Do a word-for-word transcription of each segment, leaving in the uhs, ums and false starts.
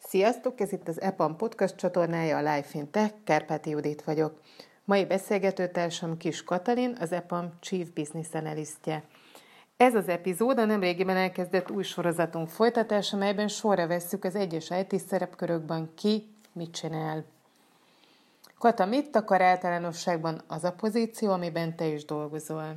Sziasztok, ez itt az EPAM podcast csatornája, a Life in Tech, Kárpáti Judit vagyok. Mai beszélgetőtársam Kis Katalin, az EPAM Chief Business Analystje. Ez az epizód a nemrégiben elkezdett új sorozatunk folytatása, melyben sorra vesszük az egyes i té szerepkörökben ki mit csinál. Kata, mit akar általánosságban az a pozíció, amiben te is dolgozol?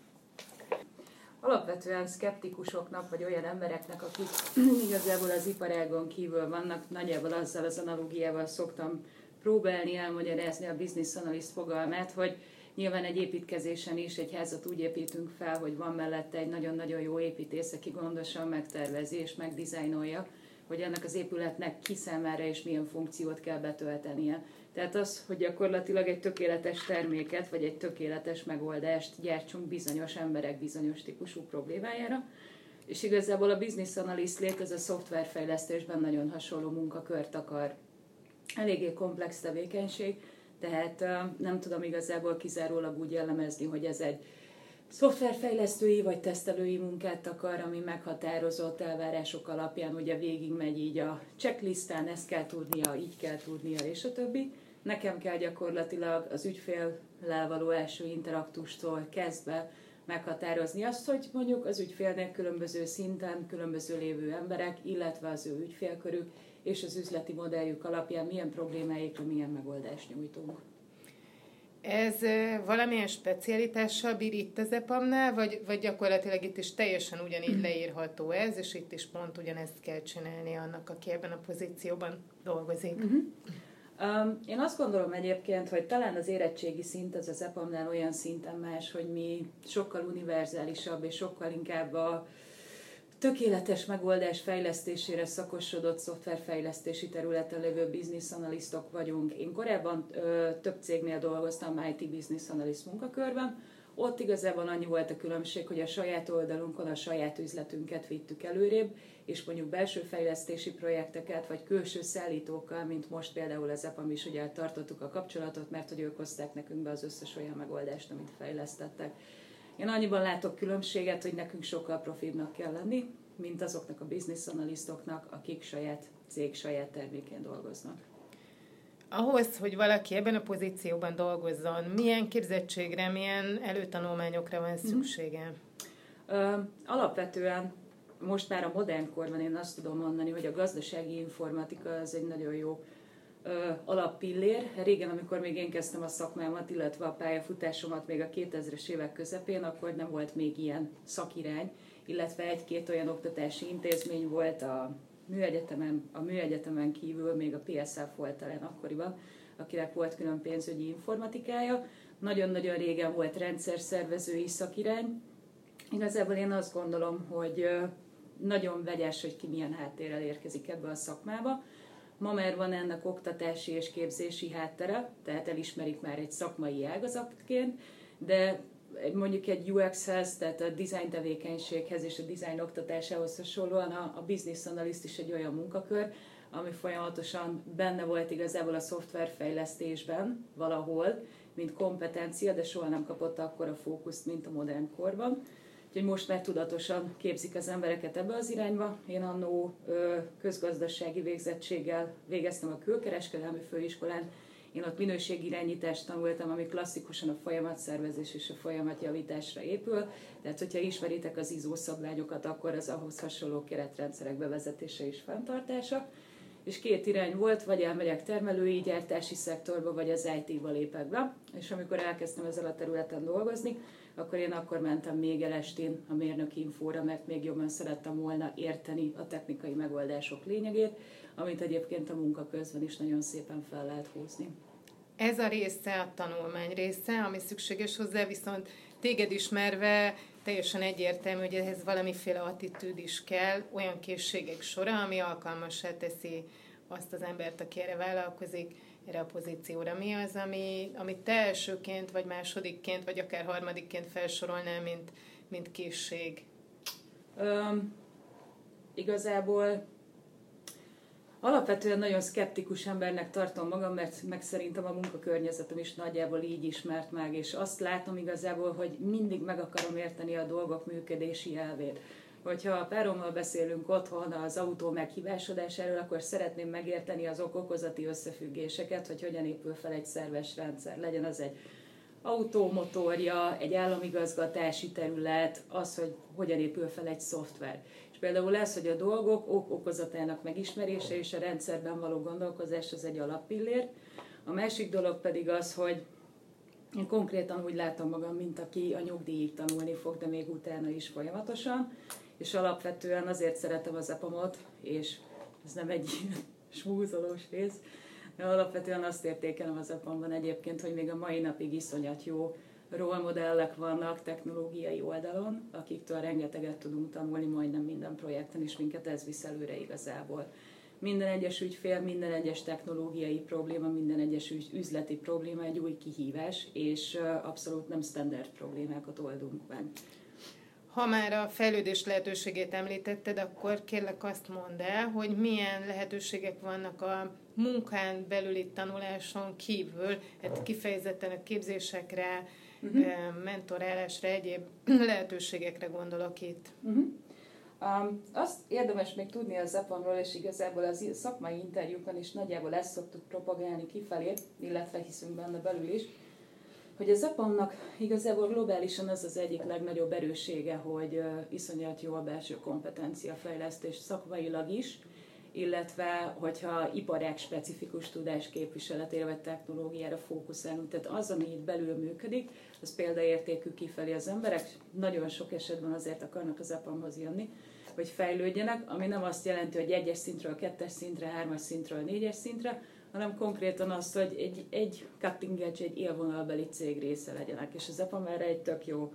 Alapvetően szkeptikusoknak, vagy olyan embereknek, akik igazából az iparágon kívül vannak, nagyjából azzal az analógiával szoktam próbálni elmagyarázni a business analyst fogalmát, hogy nyilván egy építkezésen is egy házat úgy építünk fel, hogy van mellette egy nagyon-nagyon jó építész, aki gondosan megtervezi és megdizájnolja, hogy ennek az épületnek ki számára és milyen funkciót kell betöltenie. Tehát az, hogy gyakorlatilag egy tökéletes terméket, vagy egy tökéletes megoldást gyártsunk bizonyos emberek bizonyos típusú problémájára. És igazából a business analyst lét, ez a szoftverfejlesztésben nagyon hasonló munkakört akar. Eléggé komplex tevékenység, tehát nem tudom igazából kizárólag úgy jellemezni, hogy ez egy szoftverfejlesztői vagy tesztelői munkát akar, ami meghatározott elvárások alapján ugye végigmegy így a checklistán, ezt kell tudnia, így kell tudnia, és a többi. Nekem kell gyakorlatilag az ügyféllel való első interaktustól kezdve meghatározni azt, hogy mondjuk az ügyfélnek különböző szinten, különböző lévő emberek, illetve az ő ügyfélkörük és az üzleti modelljük alapján milyen problémáikra milyen megoldást nyújtunk. Ez valamilyen specialitással bír itt az EPAM-nál, vagy, vagy gyakorlatilag itt is teljesen ugyanígy leírható ez, és itt is pont ugyanezt kell csinálni annak, aki ebben a pozícióban dolgozik? Uh-huh. Um, én azt gondolom egyébként, hogy talán az érettségi szint az az EPAM-nál olyan szinten más, hogy mi sokkal univerzálisabb és sokkal inkább a tökéletes megoldás fejlesztésére szakosodott szoftverfejlesztési területen lévő business analistok vagyunk. Én korábban ö, több cégnél dolgoztam i té business analyst munkakörben. Ott igazából annyi volt a különbség, hogy a saját oldalunkon a saját üzletünket vittük előrébb, és mondjuk belső fejlesztési projekteket, vagy külső szállítókkal, mint most például az EPAM is, ugye tartottuk a kapcsolatot, mert hogy ők hozták nekünk be az összes olyan megoldást, amit fejlesztettek. Én annyiban látok különbséget, hogy nekünk sokkal profibbnak kell lenni, mint azoknak a business analystoknak, akik saját cég, saját termékén dolgoznak. Ahhoz, hogy valaki ebben a pozícióban dolgozzon, milyen képzettségre, milyen előtanulmányokra van szüksége? Ö, alapvetően most már a modern korban én azt tudom mondani, hogy a gazdasági informatika az egy nagyon jó ö, alappillér. Régen, amikor még én kezdtem a szakmámat, illetve a pályafutásomat még a kétezres évek közepén, akkor nem volt még ilyen szakirány, illetve egy-két olyan oktatási intézmény volt a műegyetemen, a műegyetemen kívül, még a pé es ef volt talán akkoriban, akinek volt külön pénzügyi informatikája. Nagyon-nagyon régen volt rendszerszervezői szakirány. Igazából én azt gondolom, hogy nagyon vegyes, hogy ki milyen háttérrel érkezik ebbe a szakmába. Ma már van ennek oktatási és képzési háttere, tehát elismerik már egy szakmai ágazatként, de mondjuk egy u exhez, tehát a design tevékenységhez és a design oktatásához hasonlóan a, a business analyst is egy olyan munkakör, ami folyamatosan benne volt igazából a szoftverfejlesztésben valahol, mint kompetencia, de soha nem kapott akkora fókuszt, mint a modern korban. Úgyhogy most már tudatosan képzik az embereket ebbe az irányba. Én annó ö, közgazdasági végzettséggel végeztem a külkereskedelmi főiskolán. Én ott minőségirányítást tanultam, ami klasszikusan a folyamatszervezés és a folyamatjavításra épül. Tehát, hogyha ismeritek az i es o szabványokat, akkor az ahhoz hasonló keretrendszerek bevezetése és fenntartása. És két irány volt, vagy elmegyek termelői, gyártási szektorba, vagy az i té-ba lépek be. És amikor elkezdtem ezzel a területen dolgozni, akkor én akkor mentem még el estén a mérnöki infóra, mert még jobban szerettem volna érteni a technikai megoldások lényegét, amit egyébként a munka közben is nagyon szépen fel lehet húzni. Ez a része a tanulmány része, ami szükséges hozzá, viszont téged ismerve teljesen egyértelmű, hogy ehhez valamiféle attitűd is kell, olyan készségek sora, ami alkalmassá teszi azt az embert, aki erre vállalkozik, erre a pozícióra. Mi az, ami, amit te elsőként, vagy másodikként, vagy akár harmadikként felsorolnál, mint, mint készség? Um, igazából alapvetően nagyon szkeptikus embernek tartom magam, mert meg szerintem a munkakörnyezetem is nagyjából így ismert meg, és azt látom igazából, hogy mindig meg akarom érteni a dolgok működési elvét. hogyha a párommal beszélünk otthon az autó meghibásodásáról, akkor szeretném megérteni az ok-okozati összefüggéseket, hogy hogyan épül fel egy szerves rendszer. Legyen az egy autómotorja, egy államigazgatási terület, az, hogy hogyan épül fel egy szoftver. És például ez, hogy a dolgok ok-okozatának megismerése és a rendszerben való gondolkozás az egy alappillér. A másik dolog pedig az, hogy én konkrétan úgy látom magam, mint aki a nyugdíjig tanulni fog, de még utána is folyamatosan, és alapvetően azért szeretem az epamot, és ez nem egy smúzolós rész, de alapvetően azt értékelem az epamban egyébként, hogy még a mai napig iszonyat jó rollmodellek vannak technológiai oldalon, akiktől rengeteget tudunk tanulni majdnem minden projekten, és minket ez visz előre igazából. Minden egyes ügyfél, minden egyes technológiai probléma, minden egyes üzleti probléma egy új kihívás, és abszolút nem standard problémákat oldunk meg. Ha már a fejlődés lehetőségét említetted, akkor kérlek azt mondd el, hogy milyen lehetőségek vannak a munkán belüli tanuláson kívül, hát kifejezetten a képzésekre, uh-huh. mentorálásra, egyéb lehetőségekre gondolok itt. Uh-huh. Um, azt érdemes még tudni az epamról, és igazából az szakmai interjúkon is nagyjából ezt szoktuk propagálni kifelé, illetve hiszünk benne belül is, hogy az epamnak igazából globálisan az az egyik legnagyobb erőssége, hogy uh, iszonyat jó a belső kompetenciafejlesztés szakmailag is, illetve hogyha iparág specifikus tudás képviseletére vagy technológiára fókuszálunk. Tehát az, ami itt belül működik, az példaértékű kifelé. Az emberek nagyon sok esetben azért akarnak az epamhoz jönni, hogy fejlődjenek, ami nem azt jelenti, hogy egyes szintről kettes szintre, hármas szintről négyes szintre, hanem konkrétan azt, hogy egy, egy cutting edge, egy élvonalbeli cég része legyenek. És az epam erre egy tök jó,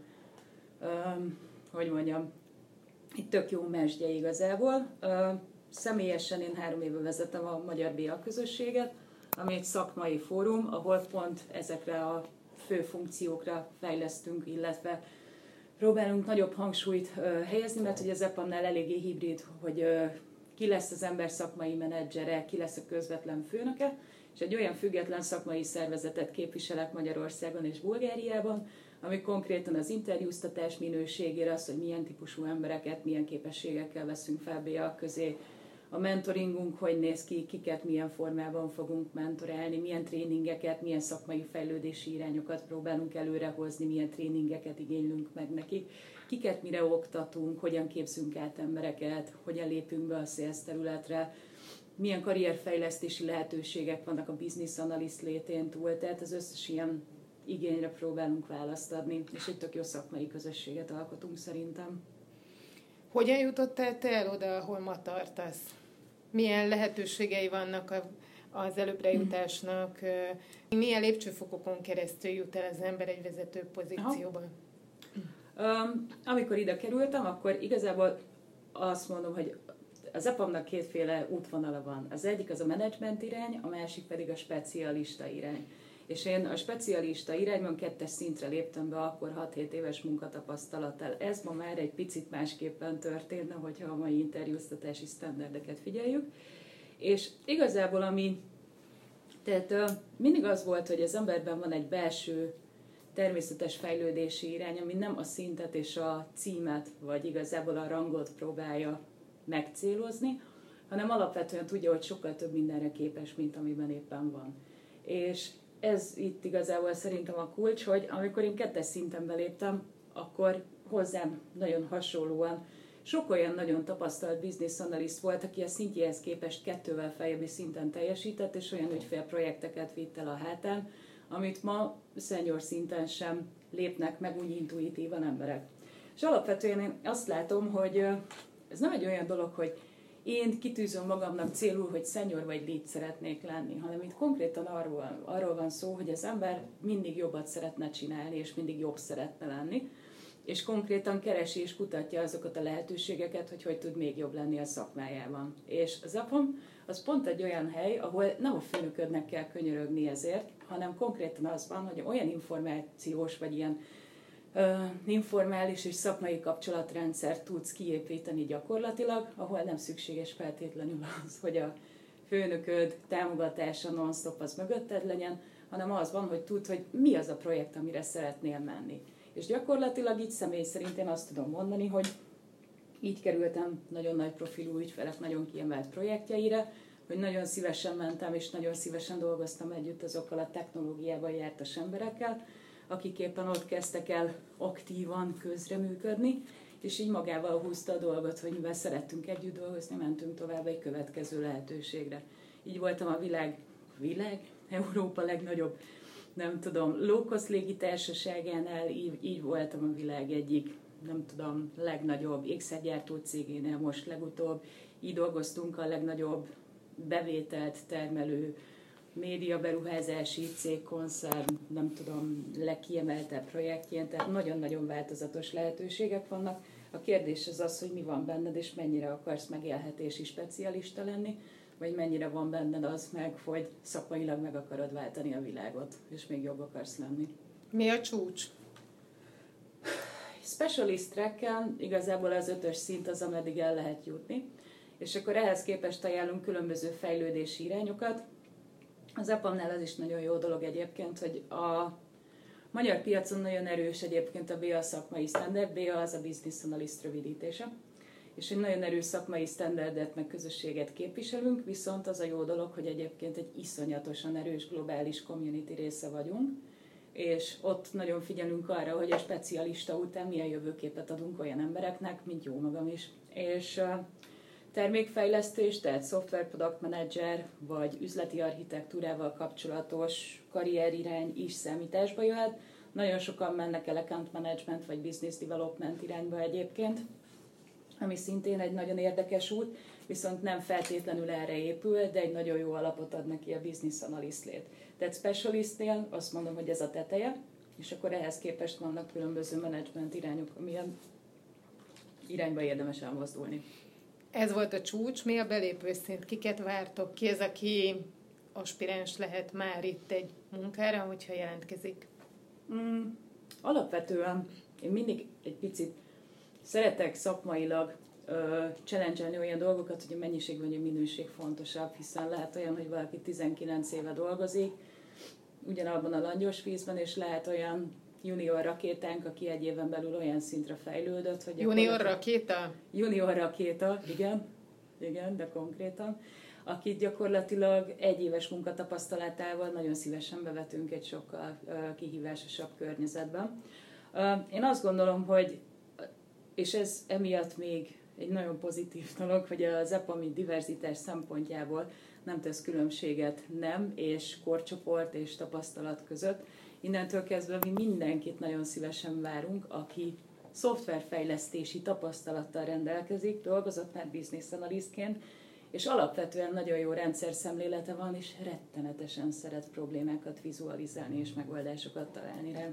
um, hogy mondjam, egy tök jó mesdje igazából. Uh, Személyesen én három éve vezetem a Magyar bé á közösséget, ami egy szakmai fórum, ahol pont ezekre a fő funkciókra fejlesztünk, illetve próbálunk nagyobb hangsúlyt uh, helyezni, mert hogy az epamnál eléggé hibrid, hogy uh, ki lesz az ember szakmai menedzsere, ki lesz a közvetlen főnöke, és egy olyan független szakmai szervezetet képviselek Magyarországon és Bulgáriában, ami konkrétan az interjúztatás minőségére, az, hogy milyen típusú embereket, milyen képességekkel veszünk fel bé á közé, a mentoringunk hogy néz ki, kiket milyen formában fogunk mentorálni, milyen tréningeket, milyen szakmai fejlődési irányokat próbálunk előrehozni, milyen tréningeket igénylünk meg nekik, kiket mire oktatunk, hogyan képzünk át embereket, hogyan lépünk be a sales területre, milyen karrierfejlesztési lehetőségek vannak a business analyst létén túl, tehát az összes ilyen igényre próbálunk választ adni, és egy tök jó szakmai közösséget alkotunk szerintem. Hogyan jutottál te el oda, ahol ma tartasz? Milyen lehetőségei vannak a, az előbbre jutásnak? Milyen lépcsőfokokon keresztül jut el az ember egy vezető pozícióban? Um, amikor ide kerültem, akkor igazából azt mondom, hogy az epamnak kétféle útvonala van. Az egyik az a menedzsment irány, a másik pedig a specialista irány. És én a specialista irányban kettes szintre léptem be, akkor hat-hét éves munkatapasztalattal. Ez ma már egy picit másképpen történne, hogyha a mai interjúztatási sztenderdeket figyeljük. És igazából ami, tehát mindig az volt, hogy az emberben van egy belső természetes fejlődési irány, ami nem a szintet és a címet, vagy igazából a rangot próbálja megcélozni, hanem alapvetően tudja, hogy sokkal több mindenre képes, mint amiben éppen van. És ez itt igazából szerintem a kulcs, hogy amikor én kettes szinten beléptem, akkor hozzám nagyon hasonlóan sok olyan nagyon tapasztalt business analyst volt, aki a szintjéhez képest kettővel feljebbi szinten teljesített, és olyan ügyfélprojekteket vitt el a hátán, amit ma senior szinten sem lépnek meg úgy intuitívan emberek. És alapvetően én azt látom, hogy ez nem egy olyan dolog, hogy én kitűzöm magamnak célul, hogy senior vagy lead szeretnék lenni, hanem itt konkrétan arról, arról van szó, hogy az ember mindig jobbat szeretne csinálni, és mindig jobb szeretne lenni, és konkrétan keresi és kutatja azokat a lehetőségeket, hogy hogy tud még jobb lenni a szakmájában. És az epam az pont egy olyan hely, ahol nem a főnöködnek kell könyörögni ezért, hanem konkrétan az van, hogy olyan információs vagy ilyen Uh, informális és szakmai kapcsolatrendszert tudsz kiépíteni gyakorlatilag, ahol nem szükséges feltétlenül az, hogy a főnököd támogatása non-stop az mögötted legyen, hanem az van, hogy tudd, hogy mi az a projekt, amire szeretnél menni. És gyakorlatilag így személy szerint én azt tudom mondani, hogy így kerültem nagyon nagy profilú ügyfelek nagyon kiemelt projektjeire, hogy nagyon szívesen mentem, és nagyon szívesen dolgoztam együtt azokkal a technológiában jártas emberekkel, akik éppen ott kezdtek el aktívan közreműködni, és így magával húzta a dolgot, hogy mivel szerettünk együtt dolgozni, mentünk tovább egy következő lehetőségre. Így voltam a világ, világ, Európa legnagyobb, nem tudom, low-cost légitársaságánál, így, így voltam a világ egyik, nem tudom, legnagyobb ékszergyártó cégénél most legutóbb, így dolgoztunk a legnagyobb bevételt termelő médiaberuházási cég, koncern, nem tudom, legkiemeltebb projektjén, tehát nagyon-nagyon változatos lehetőségek vannak. A kérdés az az, hogy mi van benned, és mennyire akarsz megélhetési specialista lenni, vagy mennyire van benned az meg, hogy szakmailag meg akarod váltani a világot, és még jobb akarsz lenni. Mi a csúcs? Specialist tracken igazából az ötös szint az, ameddig el lehet jutni, és akkor ehhez képest ajánlunk különböző fejlődési irányokat. Az epamnál az is nagyon jó dolog egyébként, hogy a magyar piacon nagyon erős egyébként a bé á szakmai standard, bé á az a Business Analyst rövidítése, és egy nagyon erős szakmai standardet meg közösséget képviselünk, viszont az a jó dolog, hogy egyébként egy iszonyatosan erős globális community része vagyunk, és ott nagyon figyelünk arra, hogy a specialista után milyen jövőképet adunk olyan embereknek, mint jó magam is. És termékfejlesztés, tehát software product manager, vagy üzleti architektúrával kapcsolatos karrierirány is számításba jöhet. Nagyon sokan mennek el account management vagy business development irányba egyébként, ami szintén egy nagyon érdekes út, viszont nem feltétlenül erre épül, de egy nagyon jó alapot ad neki a business analyst lét. Tehát specialistnél azt mondom, hogy ez a teteje, és akkor ehhez képest vannak különböző management irányok, amilyen irányba érdemes elmozdulni. Ez volt a csúcs, mi a belépőszint? Kiket vártok? Ki az, aki aspiráns lehet már itt egy munkára, hogyha jelentkezik? Mm, alapvetően én mindig egy picit szeretek szakmailag ö, challenge-elni olyan dolgokat, hogy a mennyiség vagy a minőség fontosabb, hiszen lehet olyan, hogy valaki tizenkilenc éve dolgozik, ugyanabban a langyos vízben, és lehet olyan junior rakétánk, aki egy éven belül olyan szintre fejlődött, hogy... Junior rakéta? Junior rakéta, igen, igen, de konkrétan, akit gyakorlatilag egy éves munkatapasztalatával nagyon szívesen bevetünk egy sokkal uh, kihívásosabb környezetben. Uh, én azt gondolom, hogy, és ez emiatt még egy nagyon pozitív dolog, hogy az epam diverzitás szempontjából nem tesz különbséget nem és korcsoport és tapasztalat között. Innentől kezdve mi mindenkit nagyon szívesen várunk, aki szoftverfejlesztési tapasztalattal rendelkezik, dolgozott már business analystként, és alapvetően nagyon jó rendszerszemlélete van, és rettenetesen szeret problémákat vizualizálni és megoldásokat találni rá.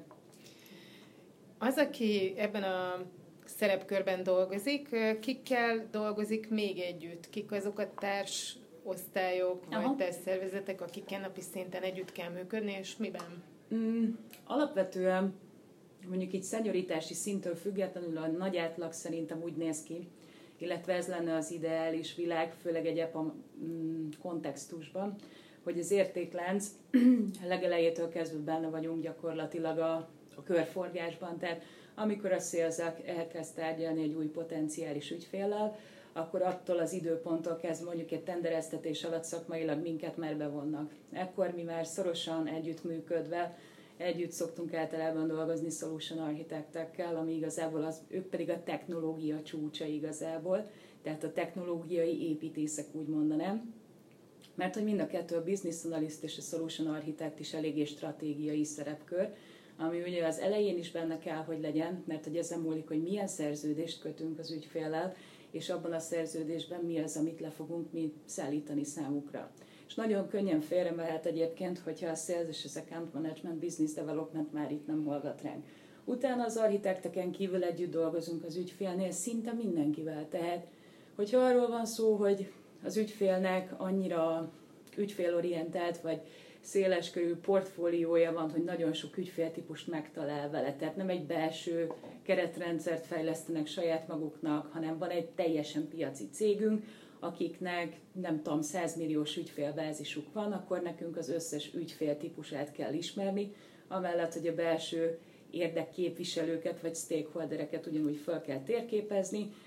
Az, aki ebben a szerepkörben dolgozik, kikkel dolgozik még együtt? Kik azok a társ osztályok, vagy testszervezetek, akikkel napi szinten együtt kell működni, és miben? Mm, alapvetően mondjuk így szennyoritási szinttől függetlenül a nagy átlag szerintem úgy néz ki, illetve ez lenne az ideális világ, főleg egy epam mm, kontextusban, hogy az értéklánc legelejétől kezdve benne vagyunk gyakorlatilag a, a körforgásban, tehát amikor a sales elkezd tárgyalni egy új potenciális ügyféllel, akkor attól az időponttól kezdve mondjuk egy tendereztetés alatt szakmailag minket már bevonnak. Ekkor mi már szorosan együttműködve, együtt szoktunk általában dolgozni solution architektekkel, ami igazából az, ők pedig a technológia csúcsa igazából, tehát a technológiai építészek úgy mondanám, mert hogy mind a kettő a business analyst és a solution architect is eléggé stratégiai szerepkör, ami ugye az elején is benne kell, hogy legyen, mert hogy ezen múlik, hogy milyen szerződést kötünk az ügyféllel, és abban a szerződésben mi az, amit le fogunk mi szállítani számukra. És nagyon könnyen félre mehet egyébként, hogyha a sales és az account management, business development már itt nem hallgat ránk. Utána az architekteken kívül együtt dolgozunk az ügyfélnél szinte mindenkivel. Tehát, hogyha arról van szó, hogy az ügyfélnek annyira ügyfélorientált, vagy széleskörű portfóliója van, hogy nagyon sok ügyféltípust megtalál vele. Tehát nem egy belső keretrendszert fejlesztenek saját maguknak, hanem van egy teljesen piaci cégünk, akiknek nem tudom, száz milliós ügyfélbázisuk van, akkor nekünk az összes ügyféltípusát kell ismerni, amellett, hogy a belső érdekképviselőket vagy stakeholdereket ugyanúgy fel kell térképezni,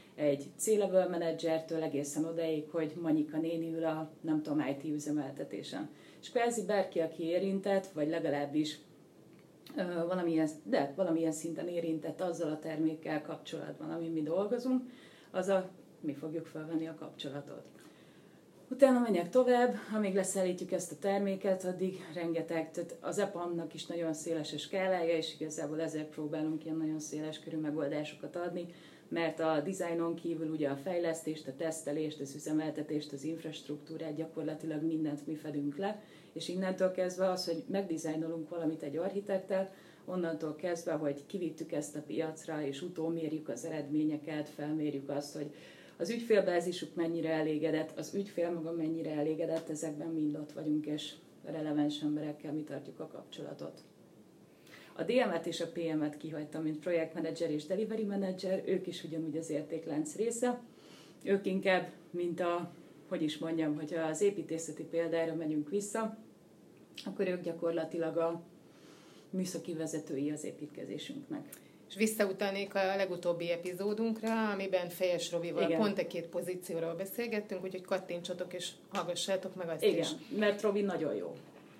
egy C-level menedzsertől egészen odaig, hogy Manyika néni ül a, nem tudom, i té üzemeltetésen. És kvázi bárki, aki érintett, vagy legalábbis uh, valamilyen, de valamilyen szinten érintett azzal a termékkel kapcsolatban, amin mi dolgozunk, az a, mi fogjuk felvenni a kapcsolatot. Utána menjek tovább, amíg leszállítjuk ezt a terméket, addig rengeteg, tehát az e pé á em-nak is nagyon széles a skálája, és igazából ezért próbálunk ilyen nagyon széles körű megoldásokat adni, mert a dizájnon kívül ugye a fejlesztést, a tesztelést, az üzemeltetést, az infrastruktúrát, gyakorlatilag mindent mi fedünk le, és innentől kezdve az, hogy megdizájnolunk valamit egy architekttel, onnantól kezdve, hogy kivittük ezt a piacra, és utómérjük az eredményeket, felmérjük azt, hogy az ügyfélbázisuk mennyire elégedett, az ügyfél maga mennyire elégedett, ezekben mind ott vagyunk, és releváns emberekkel mi tartjuk a kapcsolatot. A dé em-et és a pé em-et kihagytam, mint projektmenedzser és delivery manager, ők is ugyanúgy az értéklánc része. Ők inkább, mint a, hogy is mondjam, hogyha az építészeti példára megyünk vissza, akkor ők gyakorlatilag a műszaki vezetői az építkezésünknek. És visszautalnék a legutóbbi epizódunkra, amiben Fejes Robival Igen. pont egy két pozícióról beszélgettünk, úgyhogy kattintsatok és hallgassátok meg azt Igen, is. Igen, mert Robi nagyon jó.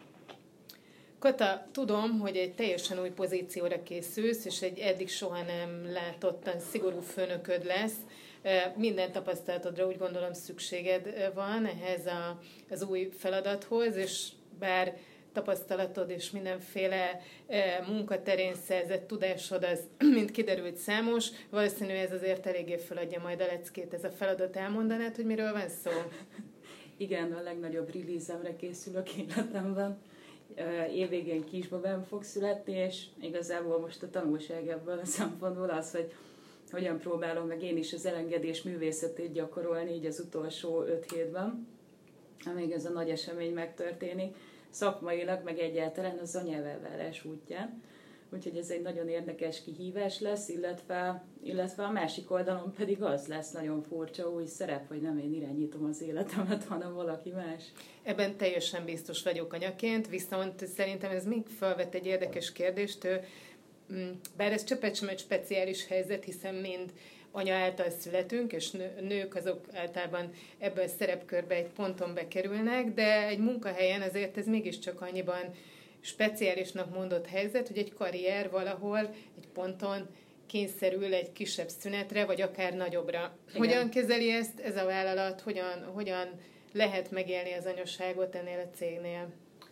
Kata, tudom, hogy egy teljesen új pozícióra készülsz, és egy eddig soha nem látottan szigorú főnököd lesz. Minden tapasztalatodra úgy gondolom szükséged van ehhez a, az új feladathoz, és bár tapasztalatod és mindenféle e, munkaterén szerzett tudásod, az mint kiderült számos, valószínű ez azért eléggé feladja majd a leckét, ez a feladat. Elmondanád, hogy miről van szó? Igen, a legnagyobb release-emre készülök életemben. Évvégén kisbabám fog születni, és igazából most a tanulság ebből a szempontból az, hogy hogyan próbálom meg én is az elengedés művészetét gyakorolni így az utolsó öt hétben, amíg ez a nagy esemény megtörténik, szakmailag, meg egyáltalán az anyelvelvárás útján. Úgyhogy ez egy nagyon érdekes kihívás lesz, illetve, illetve a másik oldalon pedig az lesz nagyon furcsa új szerep, hogy nem én irányítom az életemet, hanem valaki más. Ebben teljesen biztos vagyok anyaként, viszont szerintem ez még felvet egy érdekes kérdést, bár ez csöppet sem egy speciális helyzet, hiszen mind anya által születünk, és nők azok általában ebben a szerepkörbe egy ponton bekerülnek, de egy munkahelyen azért ez mégiscsak annyiban speciálisnak mondott helyzet, hogy egy karrier valahol egy ponton kényszerül egy kisebb szünetre, vagy akár nagyobbra. Igen. Hogyan kezeli ezt ez a vállalat, hogyan, hogyan lehet megélni az anyaságot ennél a cégnél?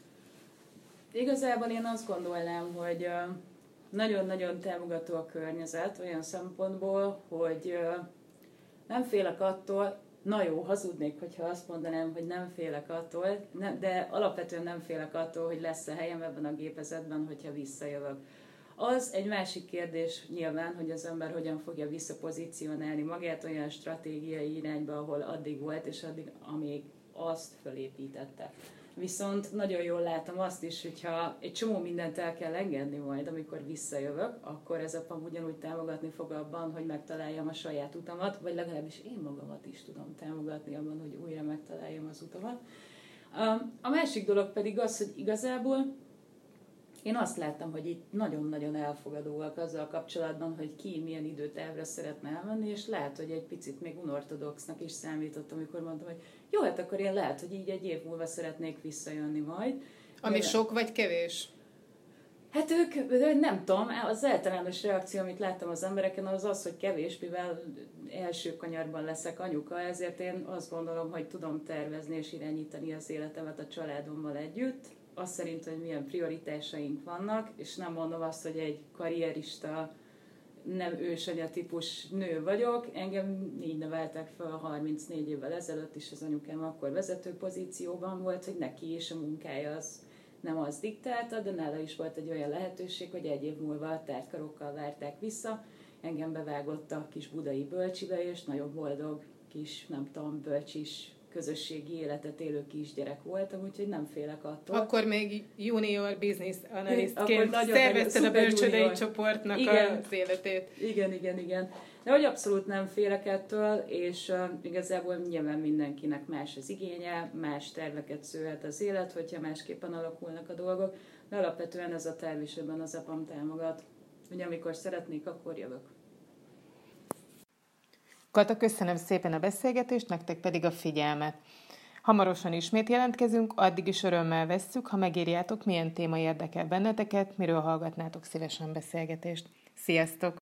Igazából én azt gondolnám, hogy nagyon-nagyon támogató a környezet olyan szempontból, hogy nem félek attól, na jó, hazudnék, hogyha azt mondanám, hogy nem félek attól, de alapvetően nem félek attól, hogy lesz a helyem ebben a gépezetben, hogyha visszajövök. Az egy másik kérdés nyilván, hogy az ember hogyan fogja visszapozícionálni magát olyan stratégiai irányba, ahol addig volt, és addig, amíg azt fölépítette. Viszont nagyon jól látom azt is, hogyha egy csomó mindent el kell engedni majd, amikor visszajövök, akkor ez a pam ugyanúgy támogatni fog abban, hogy megtaláljam a saját utamat, vagy legalábbis én magamat is tudom támogatni abban, hogy újra megtaláljam az utamat. A másik dolog pedig az, hogy igazából én azt láttam, hogy itt nagyon-nagyon elfogadóak azzal kapcsolatban, hogy ki milyen időtávra szeretne elmenni, és lehet, hogy egy picit még unortodoxnak is számítottam, amikor mondtam, hogy jó, hát akkor én lehet, hogy így egy év múlva szeretnék visszajönni majd. Ami de... sok vagy kevés? Hát ők, nem tudom, az általános reakció, amit láttam az embereken, az az, hogy kevés, mivel első kanyarban leszek anyuka, ezért én azt gondolom, hogy tudom tervezni és irányítani az életemet a családommal együtt, azt szerint, hogy milyen prioritásaink vannak, és nem mondom azt, hogy egy karrierista, nem ősanya típus nő vagyok. Engem így neveltek fel harmincnégy évvel ezelőtt is, az anyukám akkor vezető pozícióban volt, hogy neki is a munkája az nem az diktálta, de nála is volt egy olyan lehetőség, hogy egy év múlva tártkarokkal várták vissza. Engem bevágott a kis budai bölcsibe, és nagyon boldog kis, nem tudom, bölcsis közösségi életet élő kisgyerek voltam, úgyhogy nem félek attól. Akkor még junior business analystként szervezted a bölcsődei csoportnak igen, az életét. Igen, igen, igen. De hogy abszolút nem félek ettől, és uh, igazából nyilván mindenkinek más az igénye, más terveket szőhet az élet, hogyha másképpen alakulnak a dolgok, de alapvetően ez a terv is ebben az e pam támogat, hogy amikor szeretnék, akkor jövök. Kata, köszönöm szépen a beszélgetést, nektek pedig a figyelmet. Hamarosan ismét jelentkezünk, addig is örömmel vesszük, ha megírjátok, milyen téma érdekel benneteket, miről hallgatnátok szívesen beszélgetést. Sziasztok!